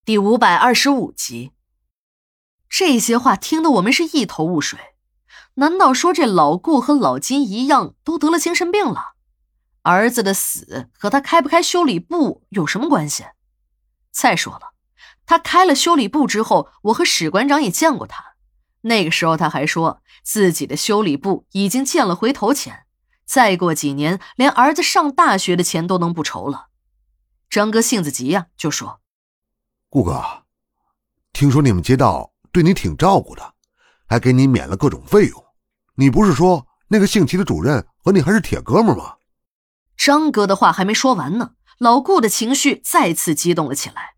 第525集。这些话听得我们是一头雾水，难道说这老顾和老金一样都得了精神病了？儿子的死和他开不开修理部有什么关系？再说了，他开了修理部之后，我和史馆长也见过他，那个时候他还说自己的修理部已经见了回头钱，再过几年连儿子上大学的钱都能不愁了。张哥性子急呀，就说： 顾哥，听说你们街道对你挺照顾的，还给你免了各种费用。你不是说那个姓齐的主任和你还是铁哥们吗？ 张哥的话还没说完呢，老顾的情绪再次激动了起来。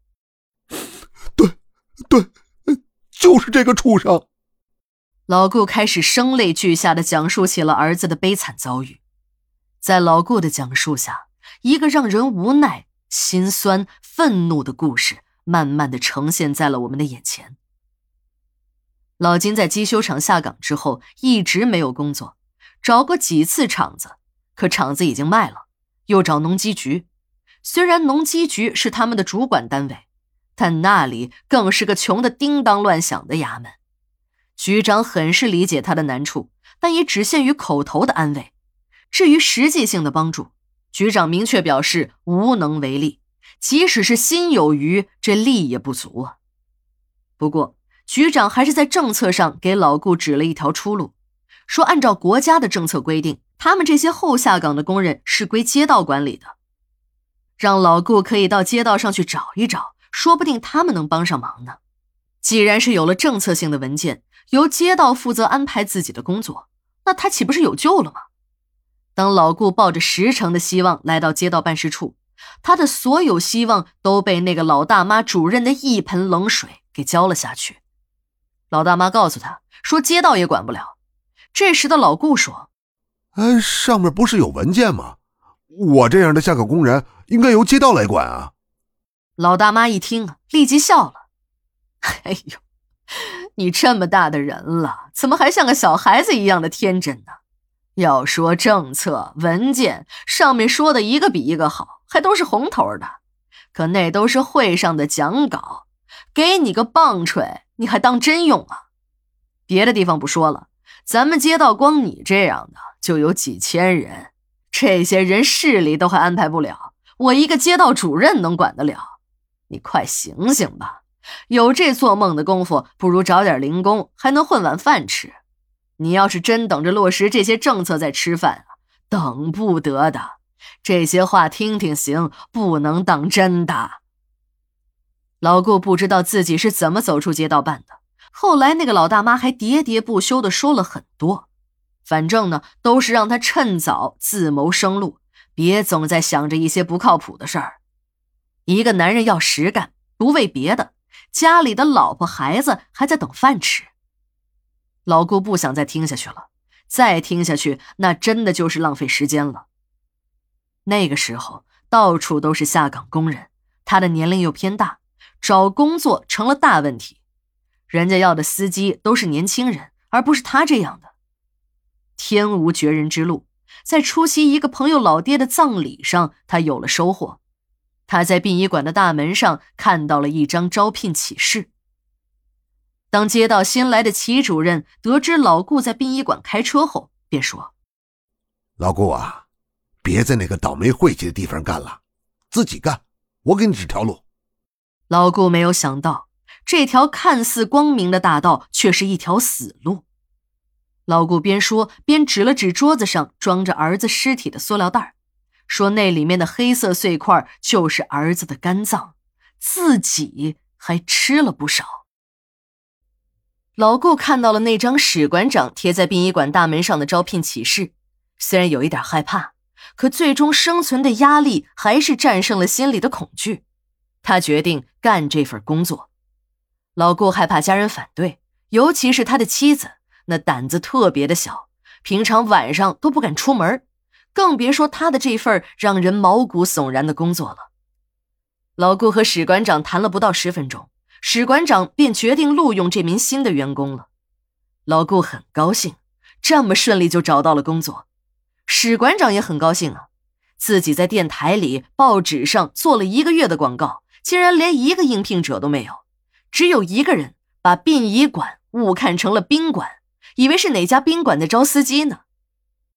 对，就是这个畜生。 老顾开始声泪俱下地讲述起了儿子的悲惨遭遇。在老顾的讲述下，一个让人无奈、心酸、愤怒的故事慢慢地呈现在了我们的眼前。老金在机修厂下岗之后一直没有工作，找过几次厂子，可厂子已经卖了，又找农机局。虽然农机局是他们的主管单位，但那里更是个穷得叮当乱响的衙门。局长很是理解他的难处，但也只限于口头的安慰。至于实际性的帮助，局长明确表示无能为力，即使是心有余，这力也不足啊。不过局长还是在政策上给老顾指了一条出路，说按照国家的政策规定，他们这些后下岗的工人是归街道管理的，让老顾可以到街道上去找一找，说不定他们能帮上忙呢。既然是有了政策性的文件，由街道负责安排自己的工作，那他岂不是有救了吗？当老顾抱着10成的希望来到街道办事处，他的所有希望都被那个老大妈主任的一盆冷水给浇了下去。老大妈告诉他说街道也管不了。这时的老顾说： 上面不是有文件吗？我这样的下岗工人应该由街道来管啊。 老大妈一听立即笑了：哎呦，你这么大的人了，怎么还像个小孩子一样的天真呢？要说政策文件，上面说的一个比一个好，还都是红头的，可那都是会上的讲稿，给你个棒槌你还当真用啊？别的地方不说了，咱们街道光你这样的就有几千人，这些人市里都还安排不了，我一个街道主任能管得了？你快醒醒吧，有这做梦的功夫，不如找点零工，还能混碗饭吃。你要是真等着落实这些政策在吃饭啊，等不得的。这些话听听行，不能当真的。老顾不知道自己是怎么走出街道办的，后来那个老大妈还喋喋不休地说了很多，反正呢，都是让他趁早自谋生路，别总在想着一些不靠谱的事儿。一个男人要实干，不为别的，家里的老婆孩子还在等饭吃。老顾不想再听下去了，再听下去那真的就是浪费时间了。那个时候到处都是下岗工人，他的年龄又偏大，找工作成了大问题。人家要的司机都是年轻人，而不是他这样的。天无绝人之路，在出席一个朋友老爹的葬礼上，他有了收获。他在殡仪馆的大门上看到了一张招聘启事。当街道新来的齐主任得知老顾在殡仪馆开车后，便说： 老顾啊，别在那个倒霉晦气的地方干了，自己干，我给你指条路。 老顾没有想到，这条看似光明的大道却是一条死路。老顾边说边指了指桌子上装着儿子尸体的塑料袋，说那里面的黑色碎块就是儿子的肝脏，自己还吃了不少。老顾看到了那张史馆长贴在殡仪馆大门上的招聘启事，虽然有一点害怕，可最终生存的压力还是战胜了心里的恐惧。他决定干这份工作。老顾害怕家人反对，尤其是他的妻子，那胆子特别的小，平常晚上都不敢出门，更别说他的这份让人毛骨悚然的工作了。老顾和史馆长谈了不到10分钟，史馆长便决定录用这名新的员工了。老顾很高兴，这么顺利就找到了工作。史馆长也很高兴啊，自己在电台里、报纸上做了1个月的广告， 竟然连一个应聘者都没有，只有一个人把殡仪馆误看成了宾馆，以为是哪家宾馆在招司机呢。